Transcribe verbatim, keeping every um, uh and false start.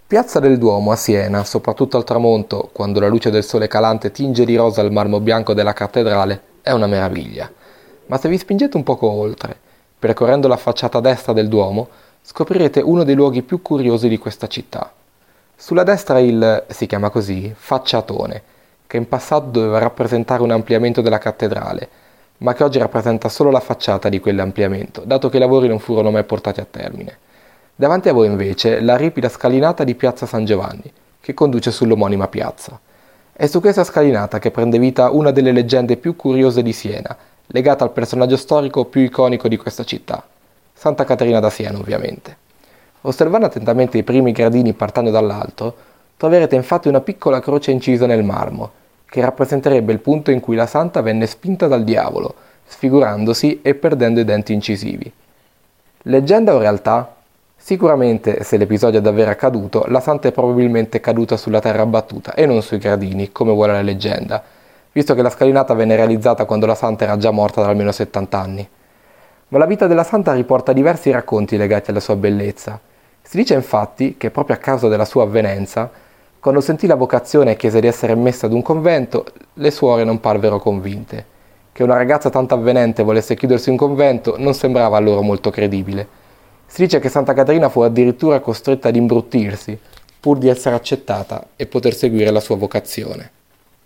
Piazza del Duomo a Siena, soprattutto al tramonto, quando la luce del sole calante tinge di rosa il marmo bianco della cattedrale, è una meraviglia. Ma se vi spingete un poco oltre, percorrendo la facciata destra del Duomo, scoprirete uno dei luoghi più curiosi di questa città. Sulla destra il, si chiama così, facciatone, che in passato doveva rappresentare un ampliamento della cattedrale, ma che oggi rappresenta solo la facciata di quell'ampliamento, dato che i lavori non furono mai portati a termine. Davanti a voi invece la ripida scalinata di Piazza San Giovanni, che conduce sull'omonima piazza. È su questa scalinata che prende vita una delle leggende più curiose di Siena, legata al personaggio storico più iconico di questa città, Santa Caterina da Siena ovviamente. Osservando attentamente i primi gradini partendo dall'alto, troverete infatti una piccola croce incisa nel marmo, che rappresenterebbe il punto in cui la santa venne spinta dal diavolo, sfigurandosi e perdendo i denti incisivi. Leggenda o realtà? Sicuramente, se l'episodio è davvero accaduto, la santa è probabilmente caduta sulla terra battuta e non sui gradini, come vuole la leggenda, visto che la scalinata venne realizzata quando la santa era già morta da almeno settanta anni. Ma la vita della santa riporta diversi racconti legati alla sua bellezza. Si dice infatti che proprio a causa della sua avvenenza, quando sentì la vocazione e chiese di essere messa ad un convento, le suore non parvero convinte. Che una ragazza tanto avvenente volesse chiudersi in convento non sembrava a loro molto credibile. Si dice che Santa Caterina fu addirittura costretta ad imbruttirsi, pur di essere accettata e poter seguire la sua vocazione.